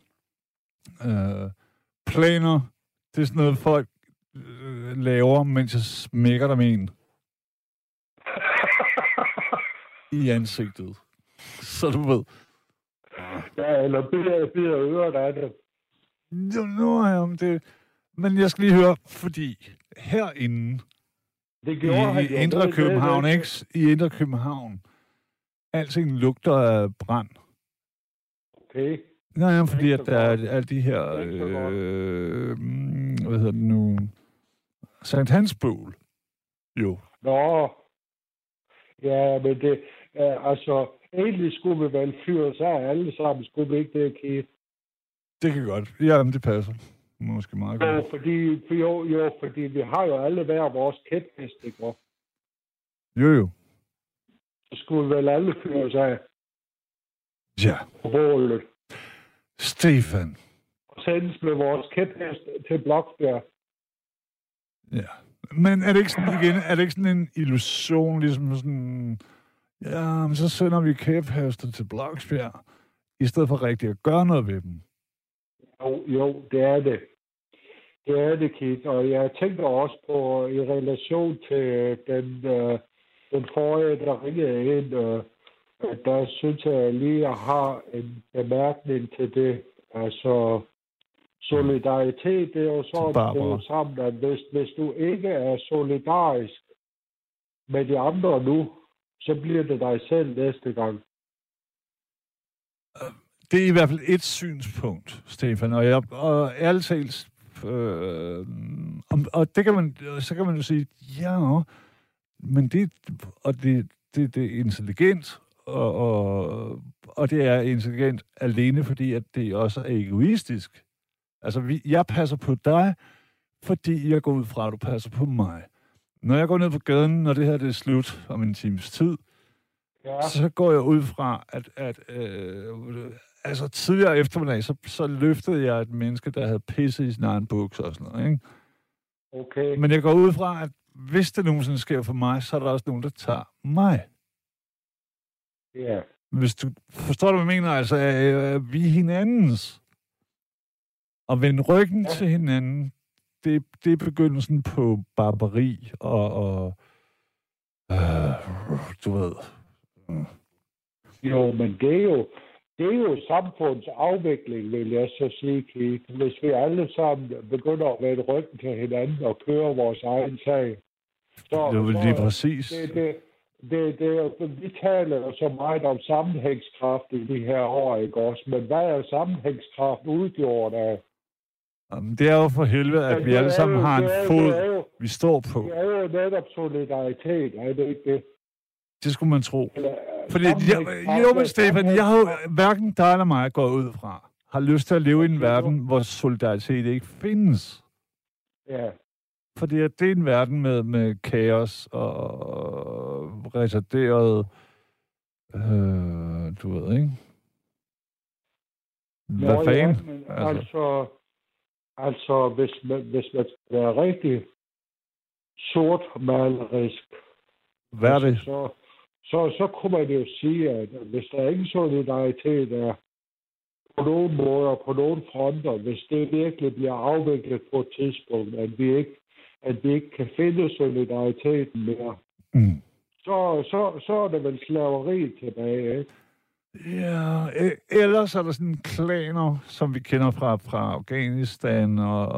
planer, det er sådan noget, folk laver, mens jeg smækker dem en. I ansigtet. Så du ved. Ja, eller bider øret af det. Det. Men jeg skal lige høre, fordi herinde det gjorde i Indre København, ikke? I Indre København, alting lugter af brand. Okay. Nej, fordi at der er alle de her, hvad hedder det nu, Sankt Hans bål. Jo. Nå. Ja, men det, altså, egentlig skulle vi vel fyre sig alle sammen, skulle vi ikke det, Keith? Det kan godt. Ja, men det passer. Måske meget godt. Fordi vi har jo alle hver vores kæphest, ikke? Jo. Så skulle vi vel alle fyre sig. Ja. På bålet. Stefan. Og sendes med vores kæphest til Bloksbjerg. Ja. Men er det ikke sådan igen, er det ikke sådan en illusion, ligesom sådan, ja, men så sender vi kæphester til Bloksbjerg, i stedet for rigtigt at gøre noget ved dem? Jo, det er det. Det er det, Keith. Og jeg tænker også på, i relation til den forrige, der ringede ind, der synes jeg lige, at jeg har en bemærkning til det. Altså, solidaritet, det er jo sådan sammen, at hvis du ikke er solidarisk med de andre nu, så bliver det dig selv næste gang. Det er i hvert fald et synspunkt, Stefan, og ærligt talt, og det kan man, så kan man jo sige, ja, men det er intelligent, og det er intelligent alene, fordi at det også er egoistisk. Altså, jeg passer på dig, fordi jeg går ud fra, at du passer på mig. Når jeg går ned på gaden, når det her det er slut om en times tid, så går jeg ud fra, altså tidligere eftermiddag, så løftede jeg et menneske, der havde pisset i sin egen bukser og sådan noget, ikke? Okay. Men jeg går ud fra, at hvis det nogensinde sker for mig, så er der også nogen, der tager mig. Ja. Hvis du forstår, hvad jeg mener, altså, vi er hinandens. Og vende ryggen til hinanden, det er begyndelsen på barbari og du ved. Jo, men det er jo samfundsafvikling, vil jeg så sige, Keith. Hvis vi alle sammen begynder at vende ryggen til hinanden og køre vores egen sag. Så, det er vel lige præcis. Vi taler jo så meget om sammenhængskraft i de her år, ikke også? Men hvad er sammenhængskraft udgjort af? Det er jo for helvede, at vi alle sammen har en fod, vi står på. Det er jo netop solidaritet, er det ikke det? Det skulle man tro. Fordi, men Stefan, jeg har jo hverken dig eller mig går ud fra, har lyst til at leve i en verden, hvor solidaritet ikke findes. Ja. Fordi det er en verden med kaos og retarderet, du ved, ikke? Hvad fanden? Ja, altså hvis man skal være rigtig sortmalerisk, hvad er det? Så kunne man jo sige, at hvis der ingen solidaritet er på nogen måder, på nogen fronter, hvis det virkelig bliver afviklet på et tidspunkt, at vi ikke kan finde solidariteten mere, så er der vel slaveri tilbage, ikke? Ja, ellers er der sådan klaner, som vi kender fra Afghanistan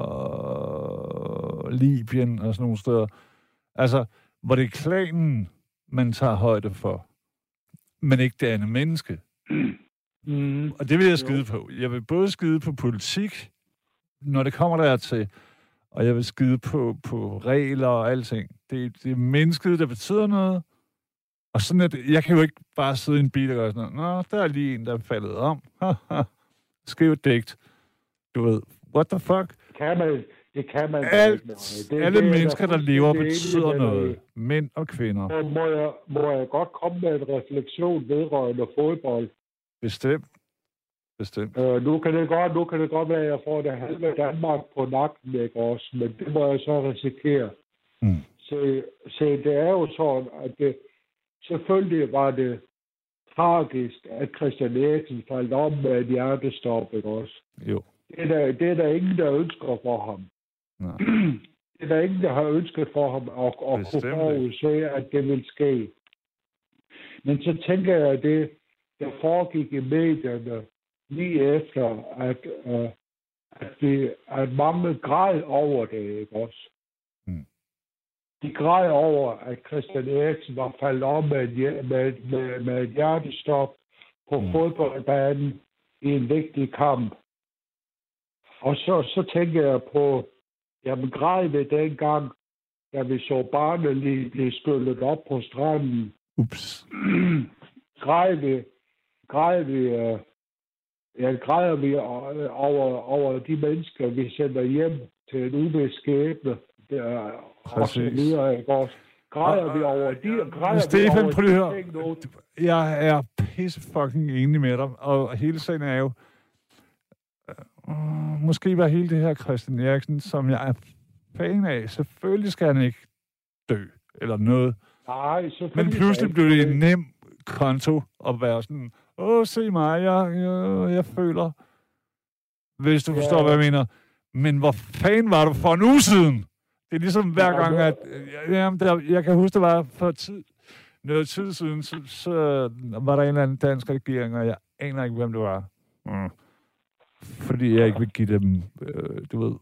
og Libyen og sådan nogle steder. Altså, hvor det er klanen, man tager højde for, men ikke det andet menneske. Og det vil jeg skide på. Jeg vil både skide på politik, når det kommer dertil, og jeg vil skide på regler og alting. Det er mennesket, der betyder noget. Og sådan at jeg kan jo ikke bare sidde i en bil og gøre sådan noget. Nå, der er lige en, der er faldet om. Skriv et digt. Du ved, what the fuck? Det kan man alle mennesker, der lever, betyder noget. Mænd og kvinder. Må jeg godt komme med en refleksion vedrørende fodbold? Bestemt. Nu kan det godt være, at jeg får det halve Danmark på nakken, ikke også? Men det må jeg så risikere. Så det er jo sådan, at selvfølgelig var det tragisk, at Christian Eriksen faldt om med et hjertestop, ikke også? Jo. Det er der ingen, der ønsker for ham. Nej. Det er der ingen, der har ønsket for ham at kunne forudse, at det vil ske. Men så tænker jeg, at det, der foregik i medierne lige efter, at mange græd over det, ikke også? De græd over, at Christian Eriksen var faldet om med et hjertestop på fodboldbanen i en vigtig kamp. Og så tænker jeg på, jamen græd vi dengang, da vi så barnet lige blive skyllet op på stranden. Ups. Græder vi over de mennesker, vi sender hjem til en uvis skæbne. Og så videre, ikke også? Græder vi over de... Stefan, prøv at høre. Jeg er pisse fucking enig med dig, og hele sagen er jo... måske var hele det her Christian Eriksen, som jeg er fan af. Selvfølgelig skal han ikke dø, eller noget. Nej, men pludselig blev det en nem konto at være sådan, se mig, jeg føler, hvis du forstår, hvad jeg mener. Men hvor fanden var du for en uge siden? Det er ligesom hver gang, at... jeg kan huske, det var for noget tid siden, så var der en eller anden dansk regering, og jeg aner ikke, hvem det var. Fordi jeg ikke vil give dem, du ved...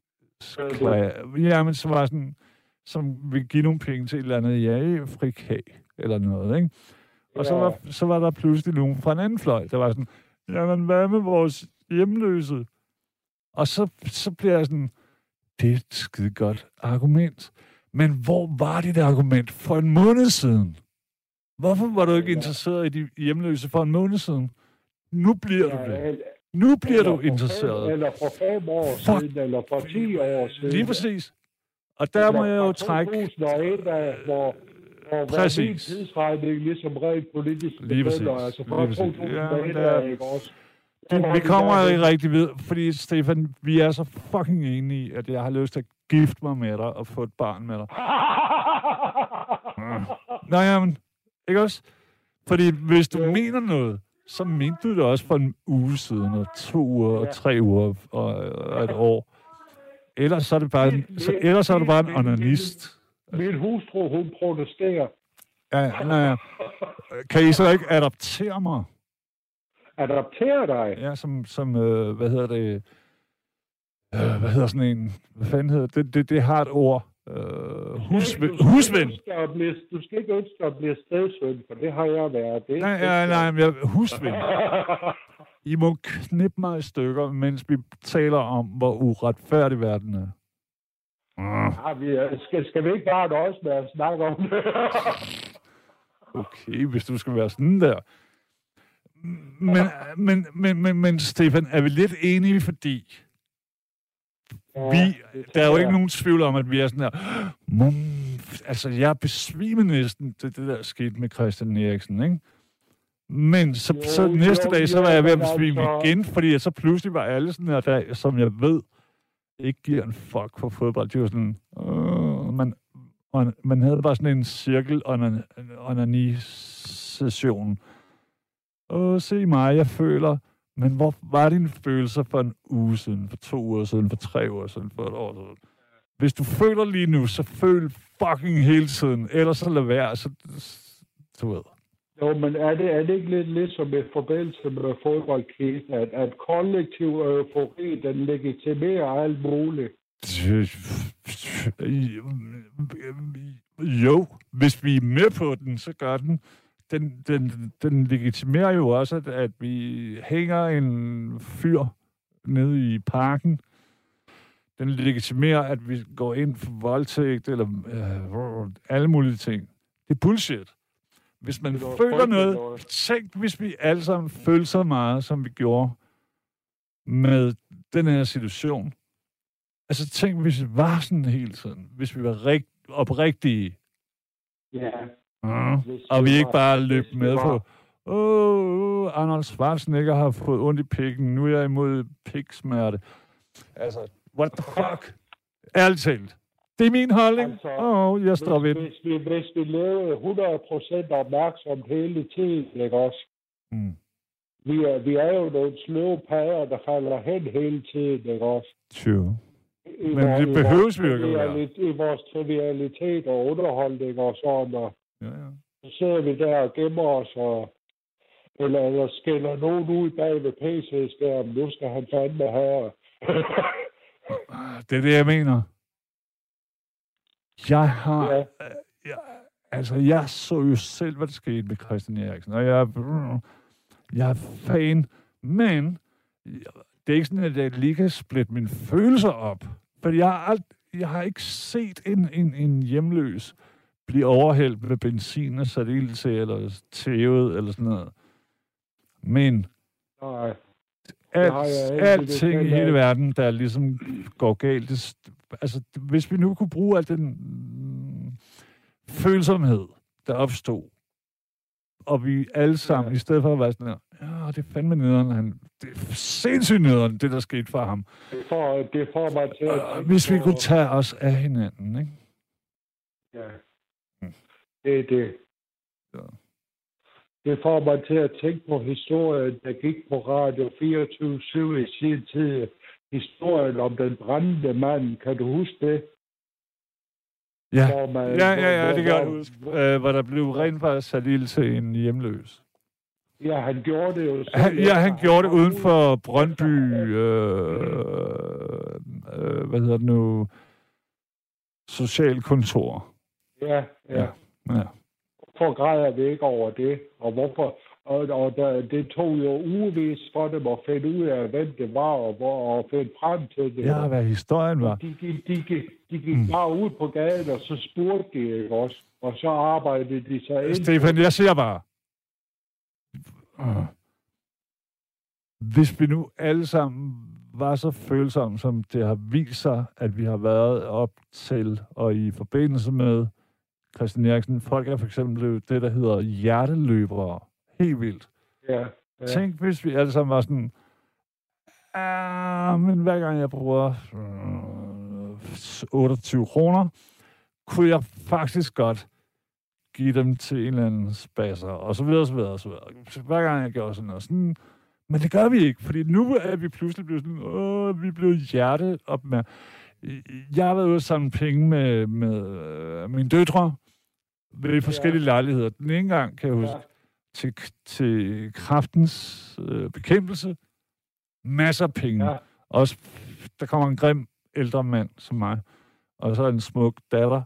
men så var sådan... som vil give nogle penge til et eller andet i Afrika, eller noget, ikke? Og så var der pludselig nogen fra en anden fløj, der var sådan, jamen, hvad med vores hjemløse? Og så bliver jeg sådan, det er et skide godt argument. Men hvor var dit argument for en måned siden? Hvorfor var du ikke interesseret i de hjemløse for en måned siden? Nu bliver du det. Nu bliver du interesseret. Eller for 5 år siden, eller for 10 år siden. Lige præcis. Og der må jeg jo trække... 2001, hvor min tidsregning ligesom rent politisk begynder. Altså fra 2001, ikke også? Vi kommer ikke rigtig ved, fordi Stefan, vi er så fucking enige i, at jeg har lyst til at gifte mig med dig og få et barn med dig. Nå jamen, ikke også? Fordi hvis du mener noget, så mente du det også for en uge siden, og 2 uger, og 3 uger, og et år. Ellers så er det bare en onanist. Min hustru, hun protesterer. Ja. Kan I så ikke adoptere mig? Adoptere dig? Ja, som hvad hedder det? Hvad hedder sådan en? Hvad fanden hedder det? Det har et ord. Husven. Du skal ikke ønske at blive stedsøn, for det har jeg været. Nej, husven. I må knippe mig i stykker, mens vi taler om, hvor uretfærdig verden er. Skal vi ikke bare nøjes med at snakke om det? Okay, hvis du skal være sådan der. Men Stefan, er vi lidt enige, fordi der er jo ikke nogen tvivl om, at vi er sådan her... altså, jeg er besvimet næsten til det der skete med Christian Eriksen, ikke? Men så næste dag, så var jeg ved at besvime igen, fordi så pludselig var alle sådan her dag, som jeg ved, ikke giver en fuck for fodbold. Det var sådan... man havde bare sådan en cirkel-onani-session. Se mig, jeg føler... Men hvor var dine følelser for en uge siden, for 2 uger siden, for 3 uger siden, for et år siden? Hvis du føler lige nu, så føl fucking hele tiden. Ellers så lad være, så du ved. Jo, men er det ikke lidt som i forbindelse med fodboldkrisen, at kollektiv eufori, den legitimerer alt muligt? Jo, hvis vi er med på den, så gør den. Den legitimerer jo også, at vi hænger en fyr nede i parken. Den legitimerer, at vi går ind for voldtægt, eller alle mulige ting. Det er bullshit. Hvis man føler noget, tænk, hvis vi alle sammen følte så meget, som vi gjorde med den her situation. Altså tænk, hvis vi var sådan hele tiden. Hvis vi var oprigtige. Ja. Og vi ikke bare løb med på, Arnold Schwarzenegger har fået ondt i pikken, nu er jeg imod piksmerte. Altså, what the fuck? Ærligt talt. Det er min holdning. Altså, jeg står ved den. Hvis vi lever 100% opmærksomt hele tiden, ikke også? Mm. Vi er jo nogle sløve pager, der falder hen hele tiden, ikke også? True. Men det behøves vi jo ikke at være. I vores trivialitet og underholdning og sådan, og ja. Så sidder vi der og gemmer os, eller skælder nogen ud bag ved PC-skærmen. Nu skal han fandme have. Det er det, jeg mener. Jeg har... Ja. Jeg så jo selv, hvad der skete med Christian Eriksen, og jeg er fan, men det er ikke sådan, at jeg lige kan splitte mine følelser op. For jeg har ikke set en hjemløs blive overhældt med benzin og sat ild til, eller tævet, eller sådan noget. Men alting i hele verden, der ligesom går galt, altså, hvis vi nu kunne bruge al den følsomhed, der opstod, og vi alle sammen, i stedet for at være sådan her, ja, det er fandme nederen, det er sindssygt nederen, det der skete for ham. Det får mig til at... Hvis vi kunne tage os af hinanden, ikke? Ja. Det er det. Ja. Det får mig til at tænke på historien, der gik på Radio 24/7 i sin tid. Historien om den brændende mand. Kan du huske det? Ja, det kan jeg huske. Hvor der blev rent faktisk sat ild til en hjemløs. Ja, han gjorde det jo selv. Han gjorde det uden for Brøndby... hvad hedder det nu? Socialkontor. Ja. Hvorfor græder vi ikke over det? Og hvorfor? Og det tog jo ugevis for dem at finde ud af, hvem det var, og finde frem til det. Ja, hvad historien var. De gik bare ud på gaden, og så spurgte de, ikke også? Og så arbejdede de sig ind. Stefan, jeg siger bare. Hvis vi nu alle sammen var så følsomme, som det har vist sig, at vi har været op til, og i forbindelse med Christian Eriksen. Folk er for eksempel det, der hedder hjerteløbere. Helt vildt. Ja. Tænk, hvis vi alle sammen var sådan, men hver gang jeg bruger 28 kroner, kunne jeg faktisk godt give dem til en eller anden spasser, og så videre, og så videre, og så videre. Hver gang jeg gjorde sådan noget. Sådan, men det gør vi ikke, fordi nu er vi pludselig blevet sådan, vi er blevet hjertet op med. Jeg har været ude at samle penge med mine døtre ved forskellige lejligheder. Den ene gang, kan jeg huske, til kræftens bekæmpelse. Masser af penge. Ja. Også, der kommer en grim ældre mand som mig, og så en smuk datter.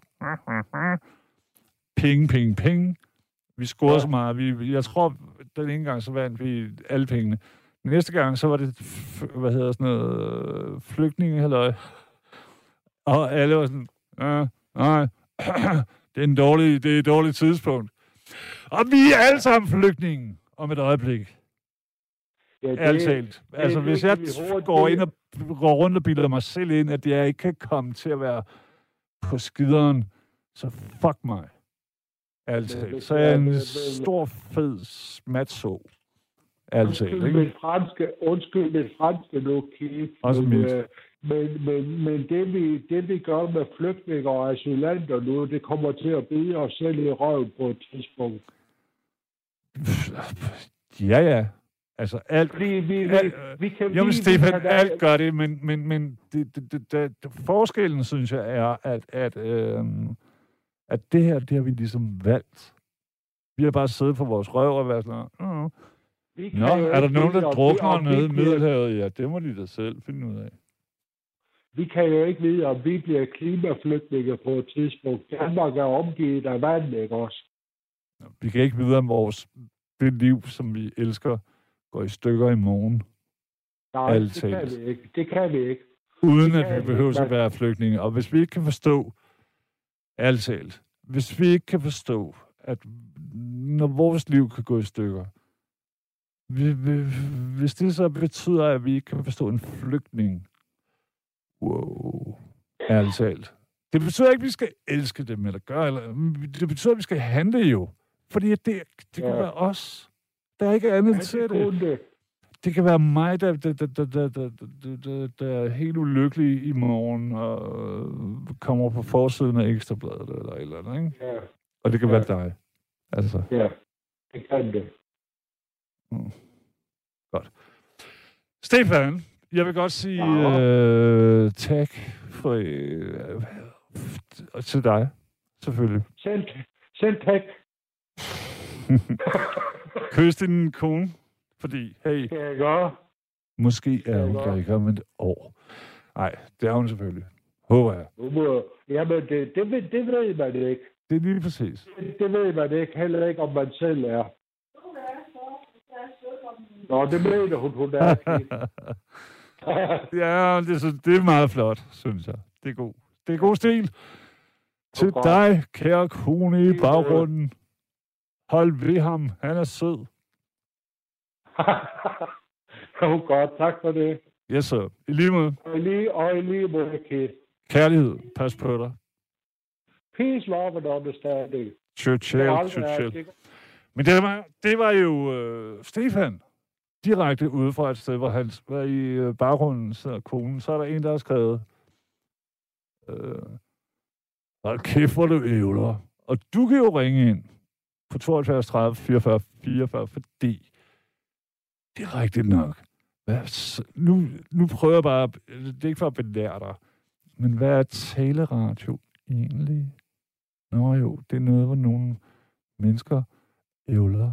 Penge. Vi scorede så meget. Jeg tror, den ene gang, så vandt vi alle pengene. Den næste gang, så var det, flygtningehalløj. Og alle var sådan, nej, det er et dårligt tidspunkt. Og vi er alle sammen flygtninge om et øjeblik. Ja, ærligt talt. Altså, hvis jeg går rundt og bilder mig selv ind, at jeg ikke kan komme til at være på skideren, så fuck mig. Ærligt talt. Så er jeg en stor, fed smatso. Ærligt talt, ikke? Undskyld mit franske nu, Keith. Også mit. Men det vi gør med flygtninger og asylanter nu, det kommer til at bide os selv i røven på et tidspunkt. Ja. Altså, alt... Vi kan jamen, Stefan, alt gør det, men forskellen, synes jeg, er, at det her, det har vi ligesom valgt. Vi har bare siddet på vores røv og været sådan, nå, er der nogen, der drukner nede i Middelhavet? Ja, det må de da selv finde ud af. Vi kan jo ikke vide, om vi bliver klimaflygtninge på et tidspunkt. Danmark er omgivet af vand, ikke også? Vi kan ikke vide, om det liv, som vi elsker, går i stykker i morgen. Nej, det kan vi ikke. Det kan vi ikke. Uden at vi behøver at være flygtninge. Og hvis vi ikke kan forstå, ærligt talt, hvis vi ikke kan forstå, at når vores liv kan gå i stykker, hvis det så betyder, at vi ikke kan forstå en flygtning, wow, ærligt talt. Det betyder ikke, at vi skal elske dem, eller gøre, eller det betyder, at vi skal handle jo. Fordi det kan være os. Der er ikke andet til det. Det kan være mig, der er helt ulykkelig i morgen, og kommer på forsiden af Ekstrabladet, eller et eller andet, ikke? Ja. Og det kan være dig. Altså. Ja, det kan det. Godt. Stefan, jeg vil godt sige tak for til dig, selvfølgelig. Selv tak. Kys din kone, fordi, hey, måske er hun der ikke om et år. Nej, det er hun selvfølgelig. Håber jeg. Jamen, det ved man ikke. Det er lige præcis. Det ved man ikke. Heller ikke, om man selv er. Nå, det mener hun er. Ja, det er meget flot, synes jeg. Det er god. Det er god stil. Til dig, kære kone i baggrunden. Hold ved ham. Han er sød. Godt, tak for det. Yes, sir. I lige måde. Og i lige måde, Kate. Kærlighed. Pas på dig. Peace, love and understanding. Churchill. Men det var jo Stefan. Direkte ude fra et sted, hvor han var i baggrunden, sidder konen. Så er der en, der har skrevet, hold kæft, hvor du ævler. Og du kan jo ringe ind på 72 30 44 44, fordi det er rigtigt nok. Nu prøver jeg bare, det er ikke for at belære dig, men hvad er taleradio egentlig? Nå jo, det er noget, hvor nogle mennesker ævler.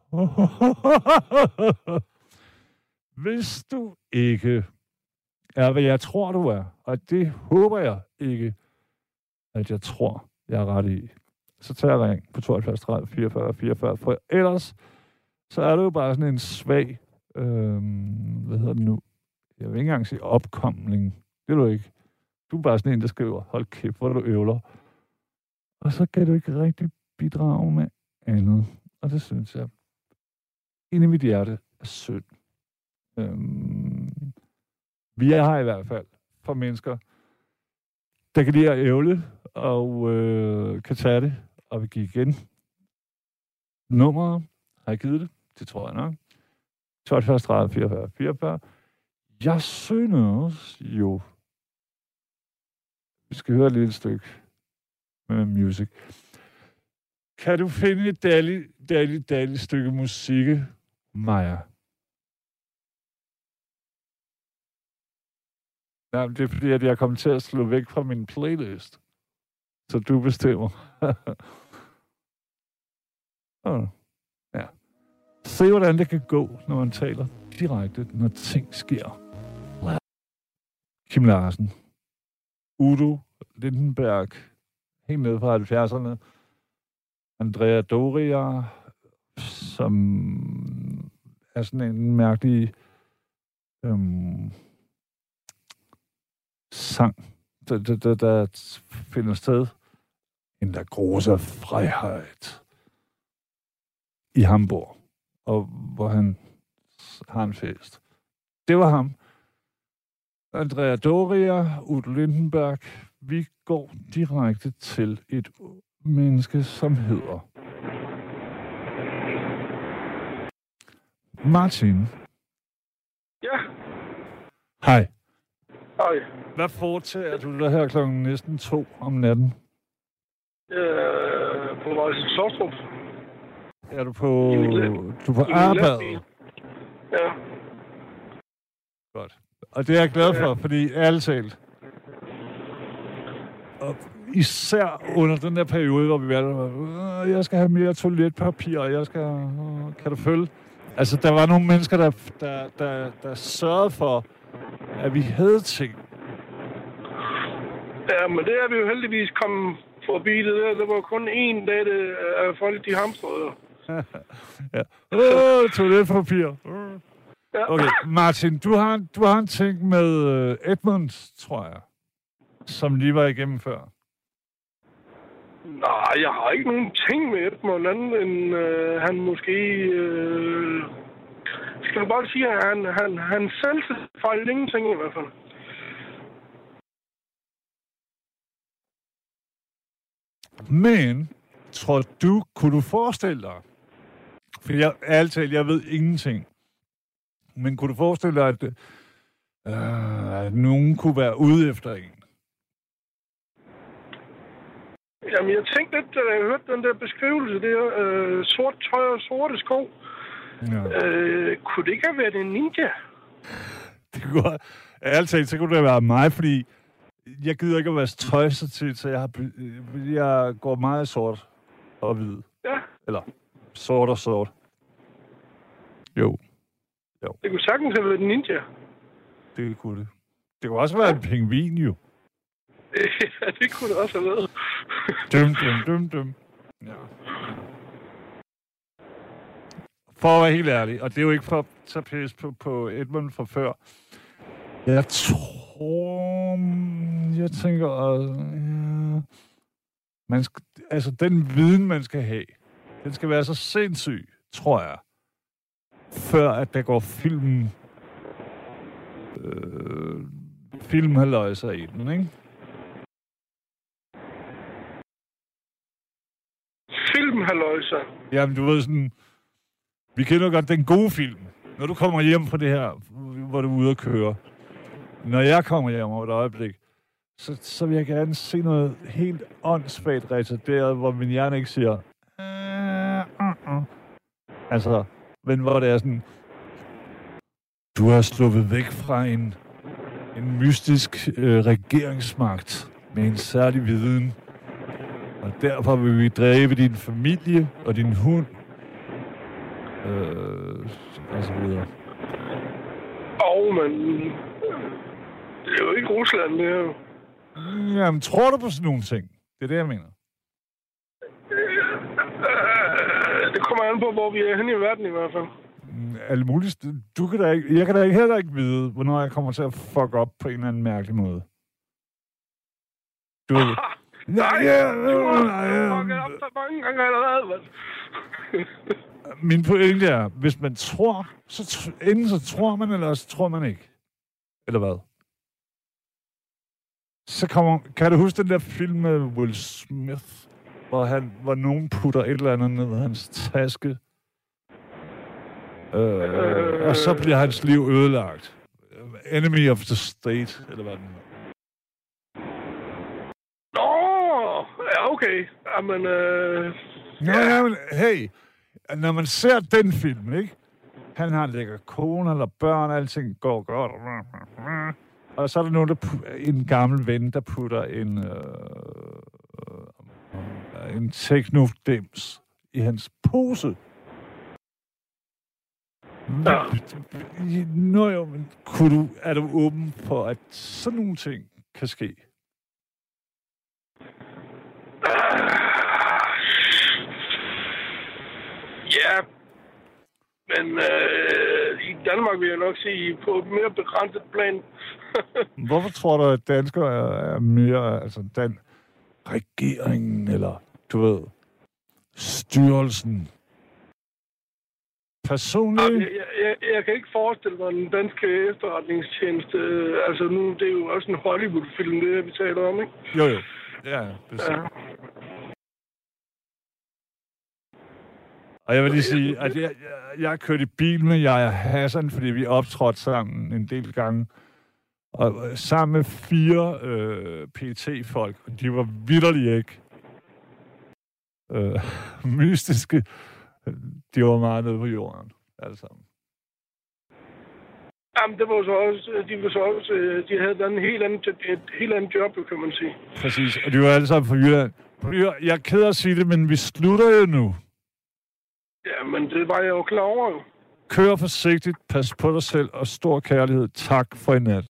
Hvis du ikke er, hvad jeg tror, du er, og det håber jeg ikke, at jeg tror, jeg er ret i, så tager jeg ring på 72 30 44 44, for ellers så er det jo bare sådan en svag, hvad hedder det nu? Jeg vil ikke engang sige opkomling. Det er du ikke. Du er bare sådan en, der skriver, hold kæft, hvor du ævler. Og så kan du ikke rigtig bidrage med andet. Og det synes jeg, inde i mit hjerte, er synd. Vi er her i hvert fald for mennesker, der kan lide at ævle, og kan tage det, og vil give igen. Nummeret har jeg givet det. Det tror jeg nok. 72 30 44 44. Jeg synes jo, vi skal høre et lille stykke med music. Kan du finde et dejligt stykke musik, Maja? Nej, det er fordi, at jeg er kommet til at slå væk fra min playlist. Så du bestemmer. Ja. Se, hvordan det kan gå, når man taler direkte, når ting sker. Kim Larsen. Udo Lindenberg. Helt nede fra 70'erne. Andrea Doria, som er sådan en mærkelig sang, der finder sted. En der große Freiheit i Hamburg, og hvor han har en fest. Det var ham. Andrea Doria, Udo Lindenberg. Vi går direkte til et menneske, som hedder Martin. Ja. Hej. Hej. Hvad foretager du der her klokken næsten 2 om natten? På vej til Sostrup. Er du på arbejde? Godt. Og det er jeg glad for, fordi ærligt talt, og især under den der periode, hvor vi var, jeg skal have mere toiletpapir, og jeg skal, kan du følge? Altså, der var nogle mennesker, der sørgede for, at vi havde ting. Ja, men det er vi jo heldigvis kommet forbi det der. Der var kun én dag, at folk de hamstrede. Ja. Toiletpapir. Ja. Okay, Martin, du har en ting med Edmund, tror jeg, som lige var igennem før. Nej, jeg har ikke nogen ting med Edmund anden, end han måske... skal du bare sige, at han selv fejlede ingenting i hvert fald. Men, kunne du forestille dig, for jeg ved ingenting, men kunne du forestille dig, at nogen kunne være ude efter en? Jamen, jeg tænkte lidt, da jeg hørte den der beskrivelse der, sort tøj og sorte sko. Ja. Kunne det ikke have været en ninja? Det kunne godt. Ærligt talt, så kunne det være mig, fordi jeg gider ikke at være tøj så tit, så jeg går meget sort og hvid. Ja. Eller sort og sort. Jo. Det kunne sagtens have været en ninja. Det kunne det. Det kunne også være en pingvin, jo. Ja, det kunne det også have været. Dum. Ja. For at være helt ærlig, og det er jo ikke for at tage pis på Edmund fra før. Jeg tænker, altså den viden, man skal have, den skal være så sindssyg, tror jeg, før at der går filmhalløjser i den, ikke? Filmhalløjser? Jamen, du ved sådan, vi kender godt den gode film. Når du kommer hjem fra det her, hvor du er ude at køre. Når jeg kommer hjem over et øjeblik, så vil jeg gerne se noget helt åndssvagt retarderet, hvor min hjerne ikke siger... Altså, men hvor det er sådan... Du har sluppet væk fra en mystisk regeringsmagt med en særlig viden. Og derfor vil vi dræbe din familie og din hund. Og så videre. Men... Det er jo ikke Rusland, det her. Jamen, tror du på sådan nogle ting? Det er det, jeg mener. Det kommer an på, hvor vi er henne i verden i hvert fald. Alle mulige jeg kan da heller ikke vide, hvornår jeg kommer til at fuck op på en eller anden mærkelig måde. Du ved... Min pointe er, hvis man tror, enten så tror man, eller så tror man ikke. Eller hvad? Kan du huske den der film med Will Smith, hvor nogen putter et eller andet ned i hans taske, og så bliver hans liv ødelagt. Enemy of the State, eller hvad den hedder. Ja, okay. Jamen, men hey, når man ser den film, ikke? Han har en lækker kone eller børn, alting går godt. Og så er der nogen, en gammel ven, der putter en teknodems i hans pose. Ja. Nå jo, men er du åben for, at sådan nogle ting kan ske? Ja, men i Danmark vil jeg nok sige på et mere begrænset plan. Hvorfor tror du, at danskere er mere, altså den regeringen, eller du ved, styrelsen? Personligt? Jeg kan ikke forestille mig den danske efterretningstjeneste. Altså nu, det er jo også en Hollywood-film, det vi taler om, ikke? Jo. Ja, bestemt. Ja. Og jeg vil lige sige, at jeg har kørt i bil med Yahya Hassan, fordi vi optrådte sammen en del gange. Og sammen med 4 PET-folk, og de var vitterligt ikke mystiske. De var meget nede på jorden, alle sammen. Jamen, det var så også, de havde et helt andet job, kan man sige. Præcis, og de var alle sammen fra Jylland. Jeg er ked af at sige det, men vi slutter jo nu. Ja, men det var jeg jo klar over. Kør forsigtigt, pas på dig selv, og stor kærlighed. Tak for i nat.